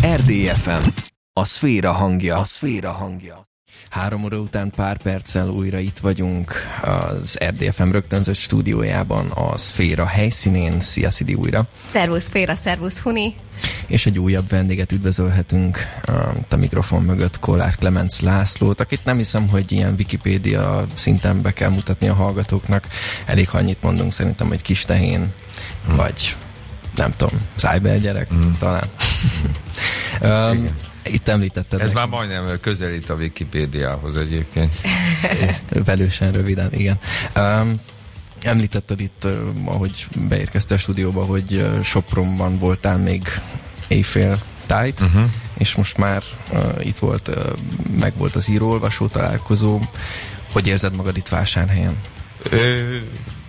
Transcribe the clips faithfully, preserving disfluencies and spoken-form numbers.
Erdély ef em, a szféra hangja. A szféra hangja. Három óra után pár perccel újra itt vagyunk az Erdély ef em rögtönzött stúdiójában, a szféra helyszínén. Szia, Szidi, újra! Szervusz, szféra, szervusz, Huni! És egy újabb vendéget üdvözölhetünk a mikrofon mögött, Kollár Klemenc Lászlót, akit nem hiszem, hogy ilyen Wikipédia szinten be kell mutatni a hallgatóknak. Elég, ha annyit mondunk szerintem, hogy kistehén, mm. vagy nem tudom, cybergyerek, mm. talán. um, Itt említetted. Ez már majdnem közelít a Wikipédiához egyébként. Velősen röviden, igen. Um, említetted itt, uh, ahogy beérkeztél a stúdióba, hogy uh, Sopronban voltál még éjfél tájt, uh-huh. és most már uh, itt volt, uh, meg volt az író-olvasó találkozó. Hogy érzed magad itt Vásárhelyen? Ö,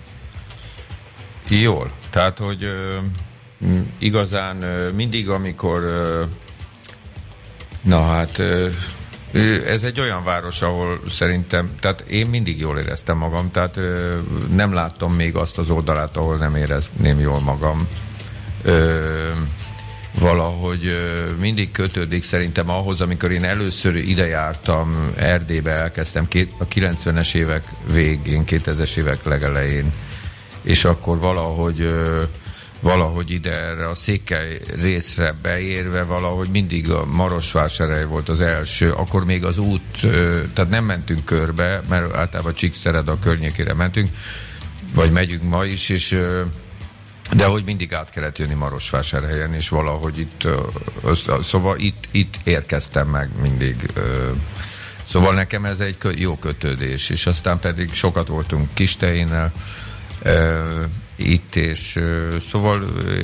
jól. Tehát, hogy ö, igazán ö, mindig, amikor ö, na hát ez egy olyan város, ahol szerintem, tehát én mindig jól éreztem magam, tehát nem láttam még azt az oldalát, ahol nem érezném jól magam. Valahogy mindig kötődik szerintem ahhoz, amikor én először ide jártam Erdélybe, elkezdtem a kilencvenes évek végén, kétezres évek legelején, és akkor valahogy valahogy ide erre a Székely részre beérve valahogy mindig a Marosvásárhely volt az első, akkor még az út, tehát nem mentünk körbe, mert általában Csíkszereda környékére mentünk, vagy megyünk ma is, és de hogy mindig át kellett jönni Marosvásárhelyen, és valahogy itt, szóval itt, itt érkeztem meg mindig. Szóval nekem ez egy jó kötődés, és aztán pedig sokat voltunk Kistehénnel, itt, és szóval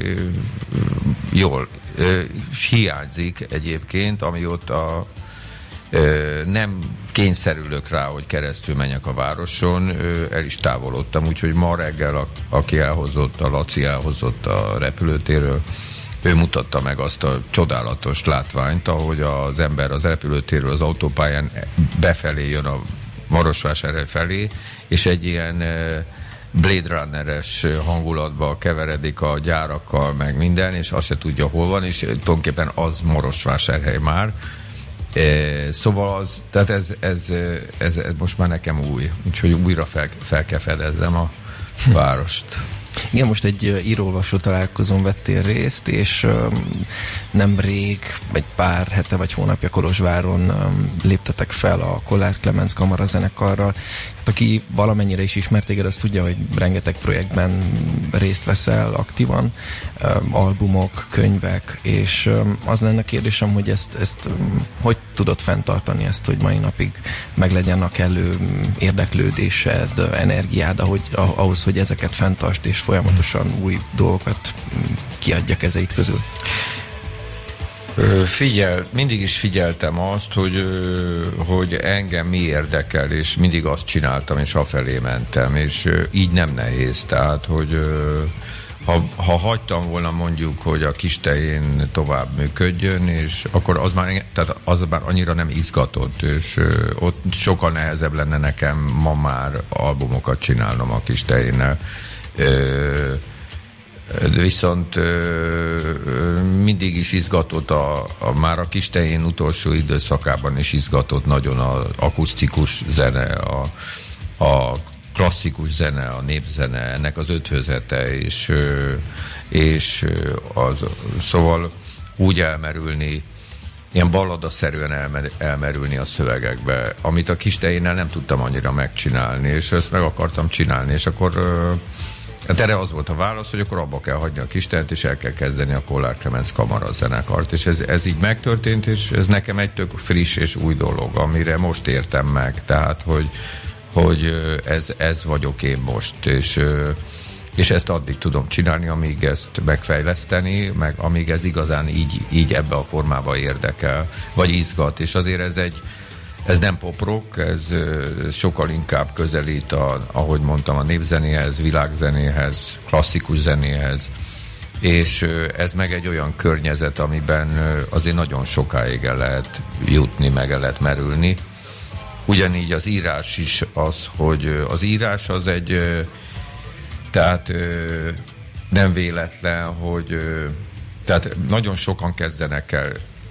jól hiányzik egyébként, amióta nem kényszerülök rá, hogy keresztül menjek a városon, el is távolodtam, úgyhogy ma reggel, a, aki elhozott, a Laci elhozott a repülőtérről, ő mutatta meg azt a csodálatos látványt, ahogy az ember az repülőtérről az autópályán befelé jön a Marosvásárhely felé, és egy ilyen Blade Runner-es hangulatba keveredik a gyárakkal, meg minden, és azt se tudja, hol van, és tulajdonképpen az Marosvásárhely már. E, szóval az, tehát ez, ez, ez, ez most már nekem új, úgyhogy újra fel, fel kell fedezzem a várost. Igen, most egy író-olvasó találkozón vettél részt, és um, nemrég, egy pár hete vagy hónapja Kolozsváron um, léptetek fel a Kollár Klemenc kamarazenekarral. Hát aki valamennyire is ismert téged, az tudja, hogy rengeteg projektben részt veszel aktívan, um, albumok, könyvek, és um, az lenne a kérdésem, hogy ezt, ezt um, hogy tudod fenntartani ezt, hogy mai napig meglegyen a kellő érdeklődésed, energiád, ahogy, ahhoz, hogy ezeket fenntartsd, és folyamatosan új dolgokat kiadja kezeit közül? Figyel, mindig is figyeltem azt, hogy, hogy engem mi érdekel, és mindig azt csináltam, és afelé mentem, és így nem nehéz. Tehát, hogy ha, ha hagytam volna mondjuk, hogy a Kistehén tovább működjön, és akkor az már, tehát az már annyira nem izgatott, és ott sokkal nehezebb lenne nekem ma már albumokat csinálnom a Kistehénnel. Ö, viszont ö, mindig is izgatott a, a, már a Kistehén utolsó időszakában is izgatott nagyon az akusztikus zene, a, a klasszikus zene, a népzene, ennek az ötvözete, és, ö, és az, szóval úgy elmerülni, ilyen balladaszerűen elmer, elmerülni a szövegekbe, amit a Kistehénnel nem tudtam annyira megcsinálni, és ezt meg akartam csinálni, és akkor ö, hát erre az volt a válasz, hogy akkor abba kell hagyni a Kistehent, és el kell kezdeni a Kollár Klemenc kamarazenekart, és ez, ez így megtörtént, és ez nekem egy tök friss és új dolog, amire most értem meg, tehát, hogy, hogy ez, ez vagyok én most, és, és ezt addig tudom csinálni, amíg ezt megfejleszteni, meg amíg ez igazán így, így ebbe a formába érdekel, vagy izgat, és azért ez egy Ez nem pop-rock, ez sokkal inkább közelít, a, ahogy mondtam, a népzenéhez, világzenéhez, klasszikus zenéhez, és ez meg egy olyan környezet, amiben azért nagyon sokáig el lehet jutni, meg el lehet merülni. Ugyanígy az írás is az, hogy az írás az egy, tehát nem véletlen, hogy tehát nagyon sokan kezdenek el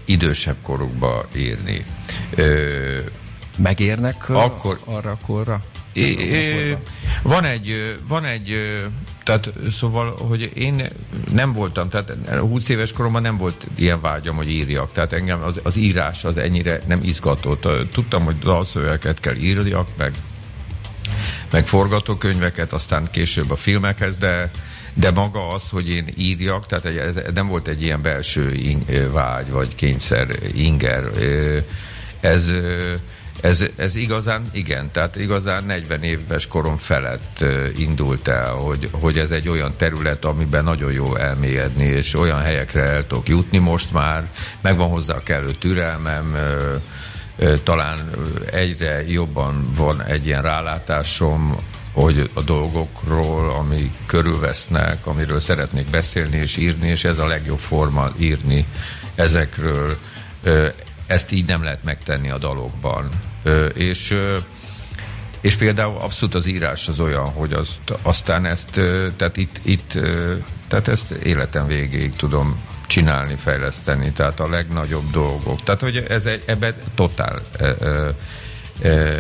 idősebb korukba írni. Ö, Megérnek akkor, arra a korra? É, é, van egy, van egy, tehát szóval, hogy én nem voltam, tehát húsz éves koromban nem volt ilyen vágyam, hogy írjak, tehát engem az, az írás az ennyire nem izgatott. Tudtam, hogy dalszövegeket kell írjak, meg, meg forgatókönyveket, aztán később a filmekhez, de, de maga az, hogy én írjak, tehát ez nem volt egy ilyen belső vágy, vagy kényszer, inger, ez... Ez, ez igazán, igen, tehát igazán negyven éves korom felett uh, indult el, hogy, hogy ez egy olyan terület, amiben nagyon jó elmélyedni, és olyan helyekre el tudok jutni most már, megvan hozzá a kellő türelmem, uh, uh, talán egyre jobban van egy ilyen rálátásom, hogy a dolgokról, ami körülvesznek, amiről szeretnék beszélni és írni, és ez a legjobb forma írni ezekről. Uh, ezt így nem lehet megtenni a dalokban. Ö, és, ö, és például abszolút az írás az olyan, hogy azt, aztán ezt, ö, tehát itt, itt ö, tehát ezt életem végéig tudom csinálni, fejleszteni, tehát a legnagyobb dolgok. Tehát, hogy ez egy, ebben totál ö, ö, ö,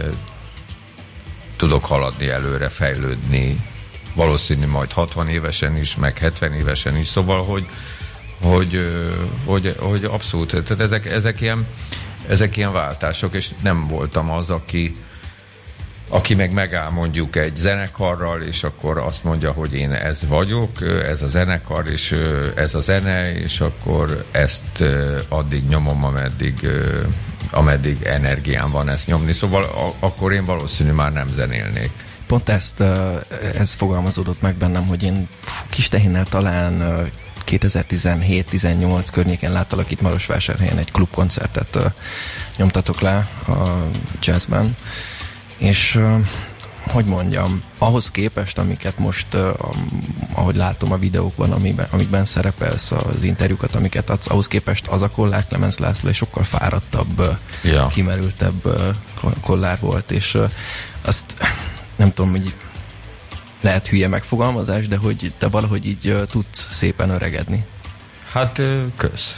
tudok haladni előre, fejlődni, valószínű majd hatvan évesen is, meg hetven évesen is, szóval, hogy Hogy, hogy, hogy abszolút, tehát ezek, ezek, ilyen, ezek ilyen váltások, és nem voltam az, aki, aki meg megáll mondjuk egy zenekarral, és akkor azt mondja, hogy én ez vagyok, ez a zenekar, és ez a zene, és akkor ezt addig nyomom, ameddig, ameddig energiám van ezt nyomni, szóval a, akkor én valószínű már nem zenélnék. Pont ezt, ez fogalmazódott meg bennem, hogy én kis tehénnel talán kétezer-tizenhét tizennyolc környéken láttalak itt Marosvásárhelyen egy klubkoncertet uh, nyomtatok le a jazzben, és uh, hogy mondjam, ahhoz képest, amiket most, uh, ahogy látom a videókban, amiben, amikben szerepelsz, az interjúkat, amiket adsz, ahhoz képest az a Kollár Klemens László egy sokkal fáradtabb, uh, ja. kimerültebb uh, kollár volt, és uh, azt nem tudom, hogy lehet hülye megfogalmazás, de hogy te valahogy így uh, tudsz szépen öregedni. Hát, kösz.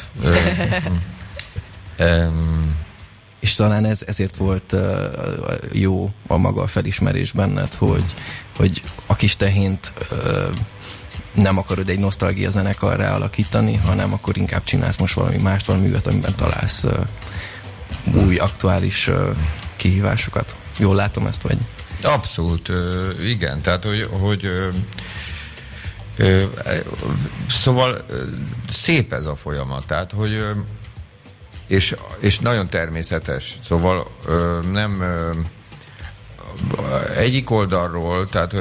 um, És talán ez, ezért volt uh, jó a maga a felismerés benned, hogy, hogy a kis tehént uh, nem akarod egy nosztalgia zenekarrá alakítani, hanem akkor inkább csinálsz most valami mást, valami művet, amiben találsz uh, új, aktuális uh, kihívásokat. Jól látom ezt, vagy? Abszolút, igen, tehát hogy, hogy szóval szép ez a folyamat, tehát hogy és, és nagyon természetes, szóval nem egyik oldalról, tehát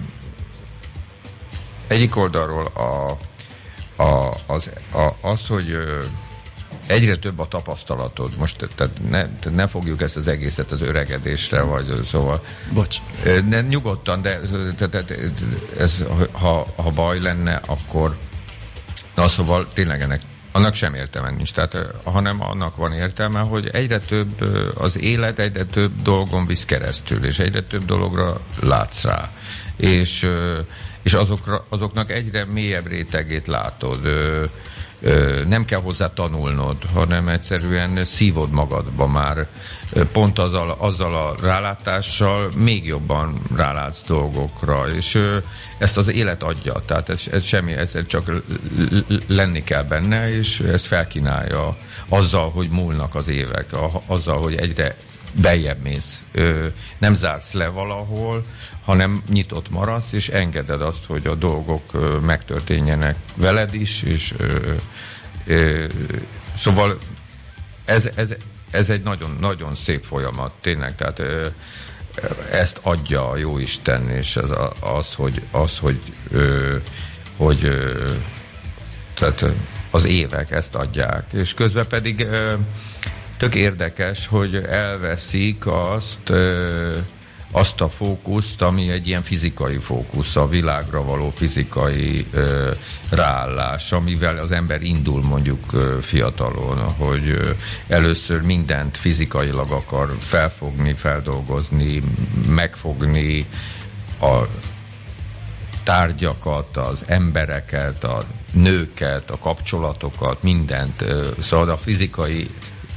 egyik oldalról a, a, az, a, az, hogy egyre több a tapasztalatod. Most tehát ne, tehát ne fogjuk ezt az egészet az öregedésre, vagy szóval... Bocs. Ne, nyugodtan, de tehát ez, ha, ha baj lenne, akkor na szóval tényleg ennek annak sem értelme nincs, tehát, hanem annak van értelme, hogy egyre több az élet, egyre több dolgon visz keresztül, és egyre több dologra látsz rá. És, és azokra, azoknak egyre mélyebb rétegét látod. Nem kell hozzá tanulnod, hanem egyszerűen szívod magadba már. Pont azzal, azzal a rálátással még jobban rálátsz dolgokra, és ezt az élet adja. Tehát ez, ez semmi, ez csak lenni kell benne, és ezt felkínálja azzal, hogy múlnak az évek, azzal, hogy egyre beljebb mész. Nem zársz le valahol, hanem nyitott maradsz, és engeded azt, hogy a dolgok megtörténjenek veled is, és ö, ö, szóval ez, ez, ez egy nagyon, nagyon szép folyamat, tényleg, tehát ö, ezt adja a Jóisten, és ez a, az, hogy, az, hogy, ö, hogy ö, tehát az évek ezt adják, és közben pedig ö, tök érdekes, hogy elveszik azt, ö, azt a fókuszt, ami egy ilyen fizikai fókusz, a világra való fizikai ö, ráállás, amivel az ember indul mondjuk ö, fiatalon, hogy ö, először mindent fizikailag akar felfogni, feldolgozni, megfogni, a tárgyakat, az embereket, a nőket, a kapcsolatokat, mindent. Szóval a fizikai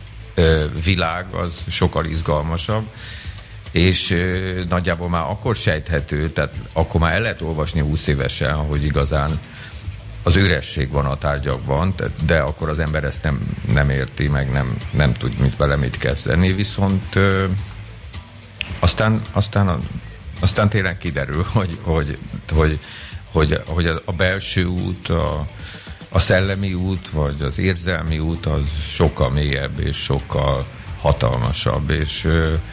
világ az sokkal izgalmasabb, és nagyjából már akkor sejthető, tehát akkor már el lehet olvasni húsz évesen, hogy igazán az üresség van a tárgyakban, de akkor az ember ezt nem, nem érti, meg nem, nem tud mit vele mit kezdeni, viszont ö, aztán, aztán, aztán tényleg kiderül, hogy, hogy, hogy, hogy, hogy a belső út, a, a szellemi út, vagy az érzelmi út az sokkal mélyebb, és sokkal hatalmasabb, és,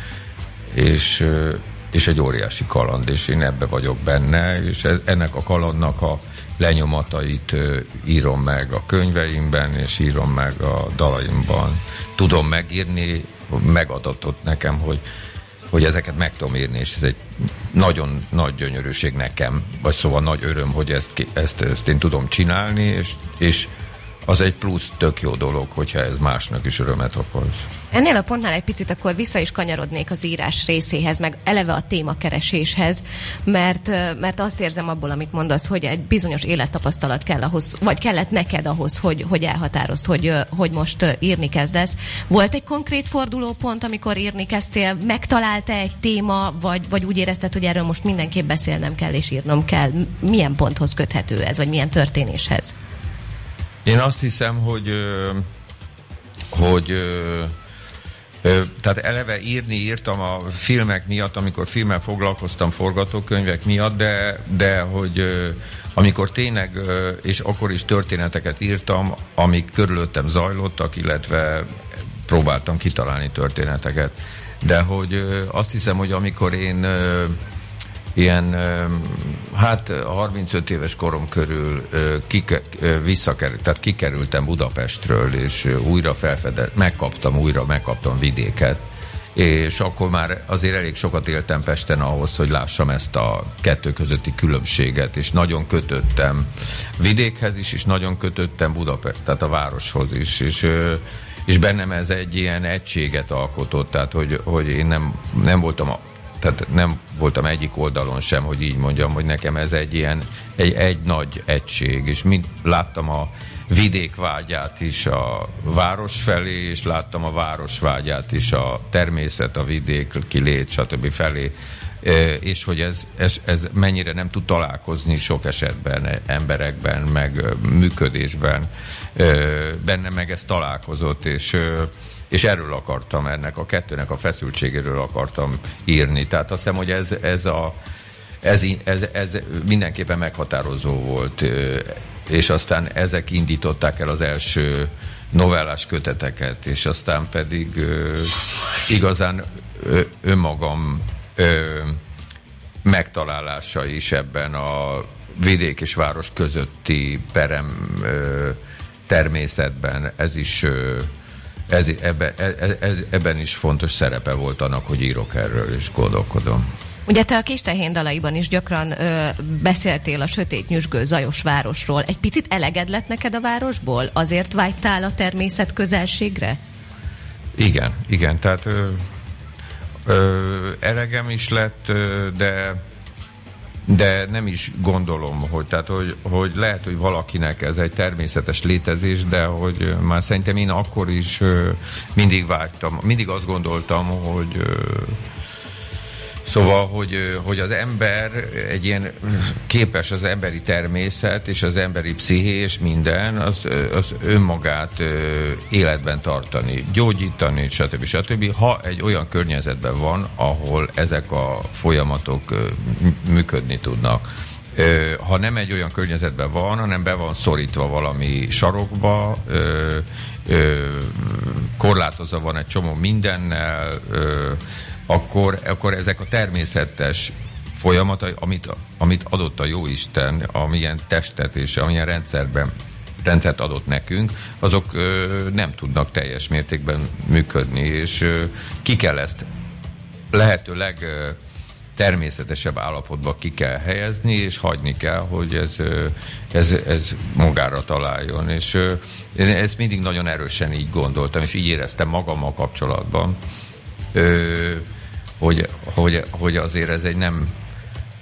és, és egy óriási kaland, és én ebbe vagyok benne, és ennek a kalandnak a lenyomatait írom meg a könyveimben, és írom meg a dalaimban. Tudom megírni, megadatott nekem, hogy, hogy ezeket meg tudom írni, és ez egy nagyon nagy gyönyörűség nekem, vagy szóval nagy öröm, hogy ezt, ezt, ezt én tudom csinálni, és, és az egy plusz tök jó dolog, hogyha ez másnak is örömet okoz. Ennél a pontnál egy picit akkor vissza is kanyarodnék az írás részéhez, meg eleve a témakereséshez, mert, mert azt érzem abból, amit mondasz, hogy egy bizonyos élettapasztalat kell ahhoz, vagy kellett neked ahhoz, hogy, hogy elhatározd, hogy, hogy most írni kezdesz. Volt egy konkrét fordulópont, amikor írni kezdtél? Megtalálta egy téma, vagy, vagy úgy érezted, hogy erről most mindenképp beszélnem kell és írnom kell? Milyen ponthoz köthető ez, vagy milyen történéshez? Én azt hiszem, hogy hogy tehát eleve írni írtam a filmek miatt, amikor filmmel foglalkoztam, forgatókönyvek miatt, de, de hogy amikor tényleg, és akkor is történeteket írtam, amik körülöttem zajlottak, illetve próbáltam kitalálni történeteket. De hogy azt hiszem, hogy amikor én ilyen, hát harmincöt éves korom körül kike, visszakerült, tehát kikerültem Budapestről, és újra felfedett, megkaptam, újra megkaptam vidéket, és akkor már azért elég sokat éltem Pesten ahhoz, hogy lássam ezt a kettő közötti különbséget, és nagyon kötöttem vidékhez is, és nagyon kötöttem Budapest, tehát a városhoz is, és és bennem ez egy ilyen egységet alkotott, tehát hogy, hogy én nem, nem voltam a Tehát nem voltam egyik oldalon sem, hogy így mondjam, hogy nekem ez egy ilyen, egy, egy nagy egység, és mind, láttam a vidék vágyát is a város felé, és láttam a város vágyát is a természet, a vidék, kilét, stb. Felé, és hogy ez, ez, ez mennyire nem tud találkozni sok esetben, emberekben, meg működésben, benne meg ez találkozott, és és erről akartam, ennek a kettőnek a feszültségéről akartam írni. Tehát azt hiszem, hogy ez, ez, a, ez, ez, ez mindenképpen meghatározó volt, és aztán ezek indították el az első novellás köteteket, és aztán pedig igazán önmagam megtalálása is ebben a vidék és város közötti perem természetben, ez is Ez, ebbe, ez, ebben is fontos szerepe volt annak, hogy írok erről, és gondolkodom. Ugye te a Kistehén dalaiban is gyakran ö, beszéltél a sötét, nyüzsgő, zajos városról. Egy picit eleged lett neked a városból? Azért vágytál a természet közelségre? Igen, igen. Tehát ö, ö, elegem is lett, ö, de de nem is gondolom, hogy, tehát, hogy, hogy lehet, hogy valakinek ez egy természetes létezés, de hogy már szerintem én akkor is mindig vágytam, mindig azt gondoltam, hogy szóval, hogy, hogy az ember egy ilyen képes az emberi természet és az emberi psziché és minden, az, az önmagát életben tartani, gyógyítani, stb. stb. Ha egy olyan környezetben van, ahol ezek a folyamatok működni tudnak. Ha nem egy olyan környezetben van, hanem be van szorítva valami sarokba, korlátozva van egy csomó mindennel, Akkor, akkor ezek a természetes folyamatai, amit, amit adott a Jóisten, amilyen testet és amilyen rendszerben, rendszert adott nekünk, azok ö, nem tudnak teljes mértékben működni, és ö, ki kell ezt lehetőleg ö, természetesebb állapotba ki kell helyezni, és hagyni kell, hogy ez, ö, ez, ez magára találjon. És ö, én ezt mindig nagyon erősen így gondoltam, és így éreztem magammal kapcsolatban, Ö, hogy, hogy, hogy azért ez egy nem, hogy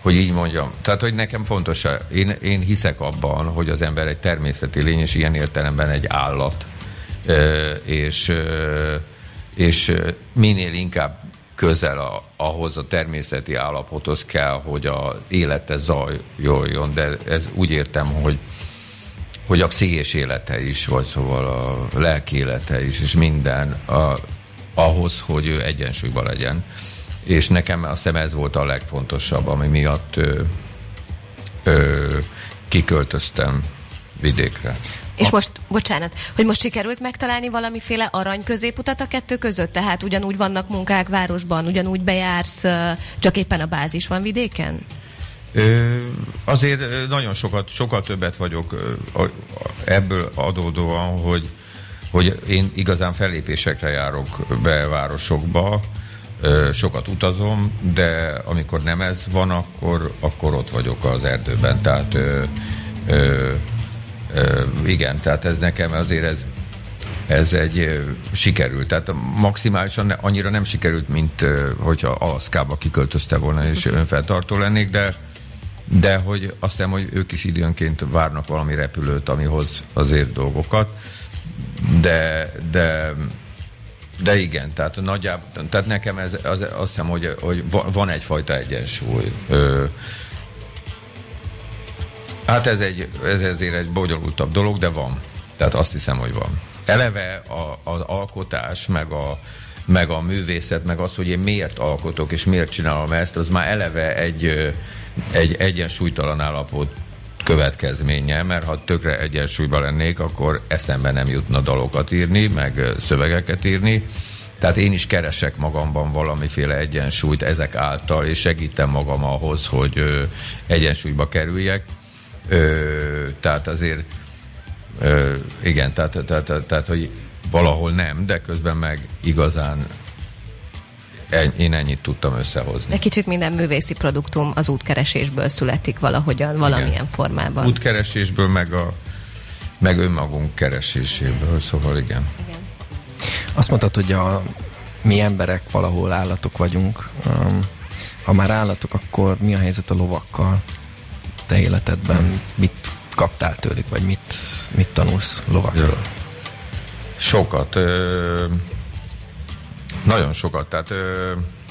hogy így mondjam. Tehát, hogy nekem fontos, én, én hiszek abban, hogy az ember egy természeti lény, és ilyen értelemben egy állat, és, és minél inkább közel a, ahhoz a természeti állapothoz kell, hogy az élete zajoljon, de ez úgy értem, hogy, hogy a pszichés élete is, vagy szóval a lelki élete is, és minden a, ahhoz, hogy ő egyensúlyban legyen. És nekem azt hiszem ez volt a legfontosabb, ami miatt ö, ö, kiköltöztem vidékre. És most, bocsánat, hogy most sikerült megtalálni valamiféle arany középutat a kettő között? Tehát ugyanúgy vannak munkák városban, ugyanúgy bejársz, csak éppen a bázis van vidéken? Ö, azért nagyon sokat, sokkal többet vagyok ebből adódóan, hogy, hogy én igazán fellépésekre járok be városokba, sokat utazom, de amikor nem ez van, akkor, akkor ott vagyok az erdőben. Tehát ö, ö, ö, igen, tehát ez nekem azért ez, ez egy ö, sikerült. Tehát maximálisan ne, annyira nem sikerült, mint ö, hogyha Alaszkába kiköltözte volna és önfeltartó lennék, de, de hogy azt hiszem, hogy ők is időnként várnak valami repülőt, ami hoz azért dolgokat, de, de De igen, tehát nagyjából, tehát nekem ez, az, azt hiszem, hogy, hogy van egyfajta egyensúly. Ö, hát ez, egy, ez ezért egy bonyolultabb dolog, de van. Tehát azt hiszem, hogy van. Eleve a, az alkotás, meg a, meg a művészet, meg az, hogy én miért alkotok, és miért csinálom ezt, az már eleve egy, egy egyensúlytalan állapot következménye, mert ha tökre egyensúlyban lennék, akkor eszembe nem jutna dalokat írni, meg szövegeket írni. Tehát én is keresek magamban valamiféle egyensúlyt ezek által, és segítem magam ahhoz, hogy ö, egyensúlyba kerüljek. Ö, tehát azért ö, igen, tehát, tehát, tehát, tehát, hogy valahol nem, de közben meg igazán én ennyit tudtam összehozni. De kicsit minden művészi produktum az útkeresésből születik valahogyan, valamilyen igen. formában. Útkeresésből, meg, a, meg önmagunk kereséséből, szóval igen. igen. Azt mondtad, hogy a, mi emberek valahol állatok vagyunk. Um, ha már állatok, akkor mi a helyzet a lovakkal? Te életedben mit kaptál tőlük, vagy mit, mit tanulsz lovaktól? Sokat. Ö- Nagyon sokat, tehát ö,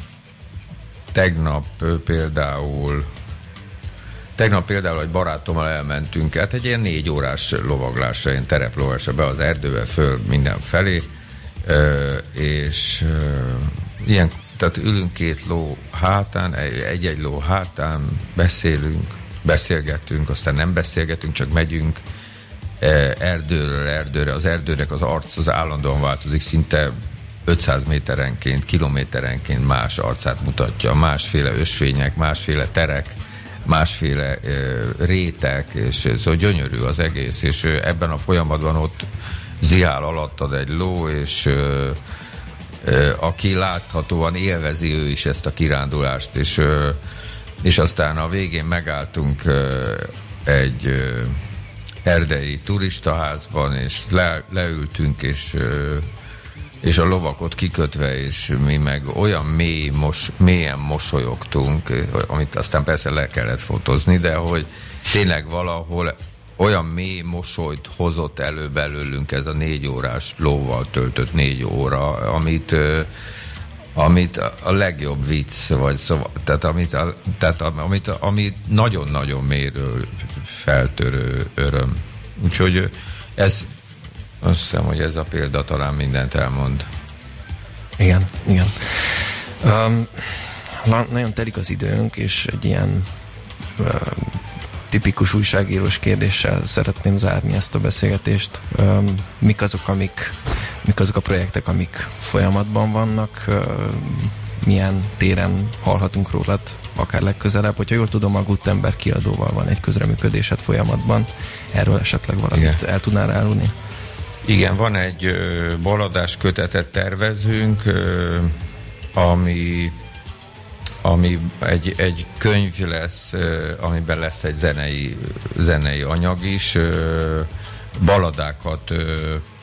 tegnap ö, például tegnap például egy barátommal elmentünk, hát egy ilyen négy órás lovaglásra, ilyen tereplovásra be az erdőbe föl mindenfelé, ö, és ö, ilyen, tehát ülünk két ló hátán, egy-egy ló hátán, beszélünk, beszélgetünk, aztán nem beszélgetünk, csak megyünk erdőről erdőre, az erdőnek az arc az állandóan változik, szinte ötszáz méterenként, kilométerenként más arcát mutatja, másféle ösvények, másféle terek, másféle ö, rétek, és szóval gyönyörű az egész, és ö, ebben a folyamatban ott ziál alattad egy ló, és ö, ö, aki láthatóan élvezi ő is ezt a kirándulást, és, ö, és aztán a végén megálltunk ö, egy ö, erdei turistaházban, és le, leültünk, és ö, és a lovakot kikötve, és mi meg olyan mély, mos, mélyen mosolyogtunk, amit aztán persze le kellett fotózni, de hogy tényleg valahol olyan mély mosolyt hozott elő belőlünk ez a négy órás lóval töltött négy óra, amit, amit a legjobb vicc, vagy szóval, tehát amit, tehát amit, amit nagyon-nagyon mélyről feltörő öröm. Úgyhogy ez azt hiszem, hogy ez a példa talán mindent elmond. Igen, igen. Um, nagyon telik az időnk, és egy ilyen uh, tipikus újságírós kérdéssel szeretném zárni ezt a beszélgetést. Um, mik azok, amik, mik azok a projektek, amik folyamatban vannak? Uh, milyen téren hallhatunk rólad, akár legközelebb? Hogyha jól tudom, a Gutenberg kiadóval van egy közreműködésed folyamatban. Erről esetleg valamit igen. el tudnál árulni? Igen, van egy ö, baladás kötetet tervezünk, ö, ami, ami egy, egy könyv lesz, ö, amiben lesz egy zenei, zenei anyag is. Ö, baladákat ö,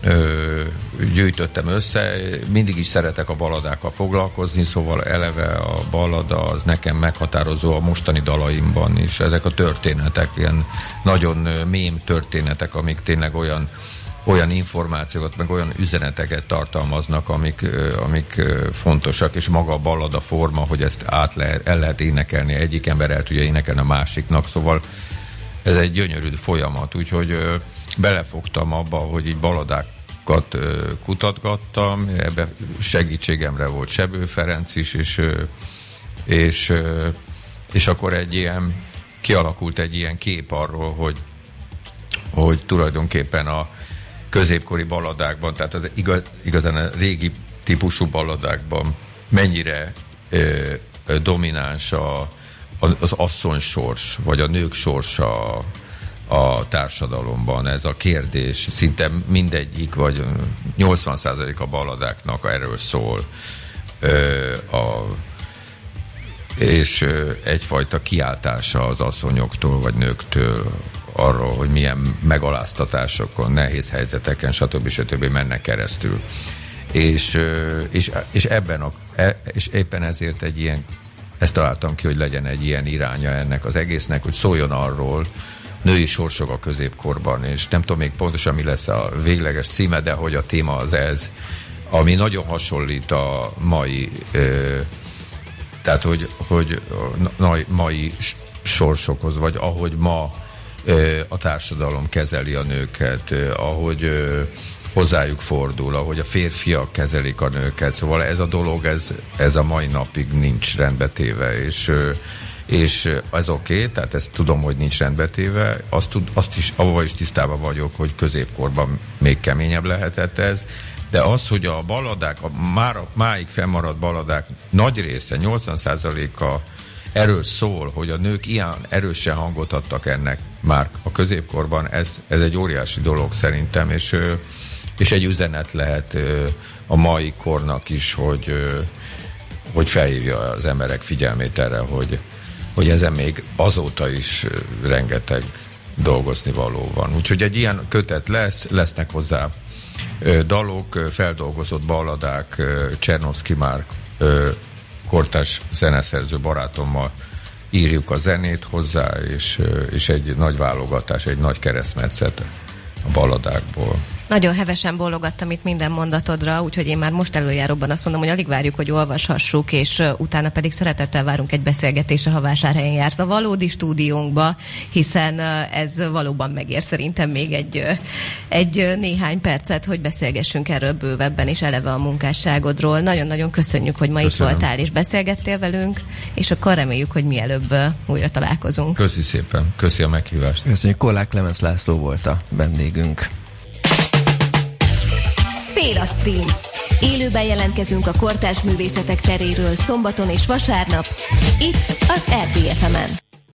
ö, gyűjtöttem össze. Mindig is szeretek a balladákkal foglalkozni, szóval eleve a ballada az nekem meghatározó a mostani dalaimban is. Ezek a történetek, ilyen nagyon mém történetek, amik tényleg olyan olyan információkat, meg olyan üzeneteket tartalmaznak, amik, amik fontosak, és maga a ballada forma, hogy ezt át lehet, el lehet énekelni, egyik ember el tudja énekelni a másiknak, szóval ez egy gyönyörű folyamat, úgyhogy belefogtam abba, hogy így balladákat kutatgattam, ebbe segítségemre volt Sebő Ferenc is, és, és, és akkor egy ilyen, kialakult egy ilyen kép arról, hogy, hogy tulajdonképpen a középkori balladákban, tehát az igaz, igazán a régi típusú balladákban mennyire ö, ö, domináns a, a, az asszony sors, vagy a nők sorsa a, a társadalomban. Ez a kérdés szinte mindegyik, vagy nyolcvan százalék a balladáknak erről szól. Ö, a, és ö, egyfajta kiáltása az asszonyoktól, vagy nőktől arról, hogy milyen megaláztatásokon, nehéz helyzeteken, stb. stb. Mennek keresztül. És, és, és, ebben a, és éppen ezért egy ilyen, ezt találtam ki, hogy legyen egy ilyen iránya ennek az egésznek, hogy szóljon arról, női sorsok a középkorban, és nem tudom még pontosan mi lesz a végleges címe, de hogy a téma az ez, ami nagyon hasonlít a mai, tehát hogy, hogy a mai sorsokhoz, vagy ahogy ma a társadalom kezeli a nőket, ahogy hozzájuk fordul, ahogy a férfiak kezelik a nőket. Szóval ez a dolog, ez, ez a mai napig nincs rendbetéve, és, és ez oké, okay, tehát ezt tudom, hogy nincs rendbetéve, azt, tud, azt is, avval is tisztában vagyok, hogy középkorban még keményebb lehetett ez, de az, hogy a balladák, a már, máig fennmaradt balladák nagy része, nyolcvan százaléka erről szól, hogy a nők ilyen erősen hangot adtak ennek már a középkorban, ez, ez egy óriási dolog szerintem, és, és egy üzenet lehet a mai kornak is, hogy, hogy felhívja az emberek figyelmét erre, hogy, hogy ezen még azóta is rengeteg dolgozni való van. Úgyhogy egy ilyen kötet lesz, lesznek hozzá dalok, feldolgozott balladák, Csernovszky Márk kortárs zeneszerző barátommal írjuk a zenét hozzá, és, és egy nagy válogatás, egy nagy keresztmetszet a balladákból. Nagyon hevesen bólogattam itt minden mondatodra, úgyhogy én már most előjáróban azt mondom, hogy alig várjuk, hogy olvashassuk, és uh, utána pedig szeretettel várunk egy beszélgetésre, ha Vásárhelyen jársz a valódi stúdiónkba, hiszen uh, ez valóban megér szerintem még egy, uh, egy uh, néhány percet, hogy beszélgessünk erről bővebben, és eleve a munkásságodról. Nagyon-nagyon köszönjük, hogy ma Köszönöm. Itt voltál, és beszélgettél velünk, és akkor reméljük, hogy mielőbb uh, újra találkozunk. Köszi szépen, köszi a meghívást. Köszönjük, Kollák Klemens László volt a vendégünk. Szféra Stream. Élőben jelentkezünk a kortárs művészetek teréről szombaton és vasárnap, itt az er té ef emen.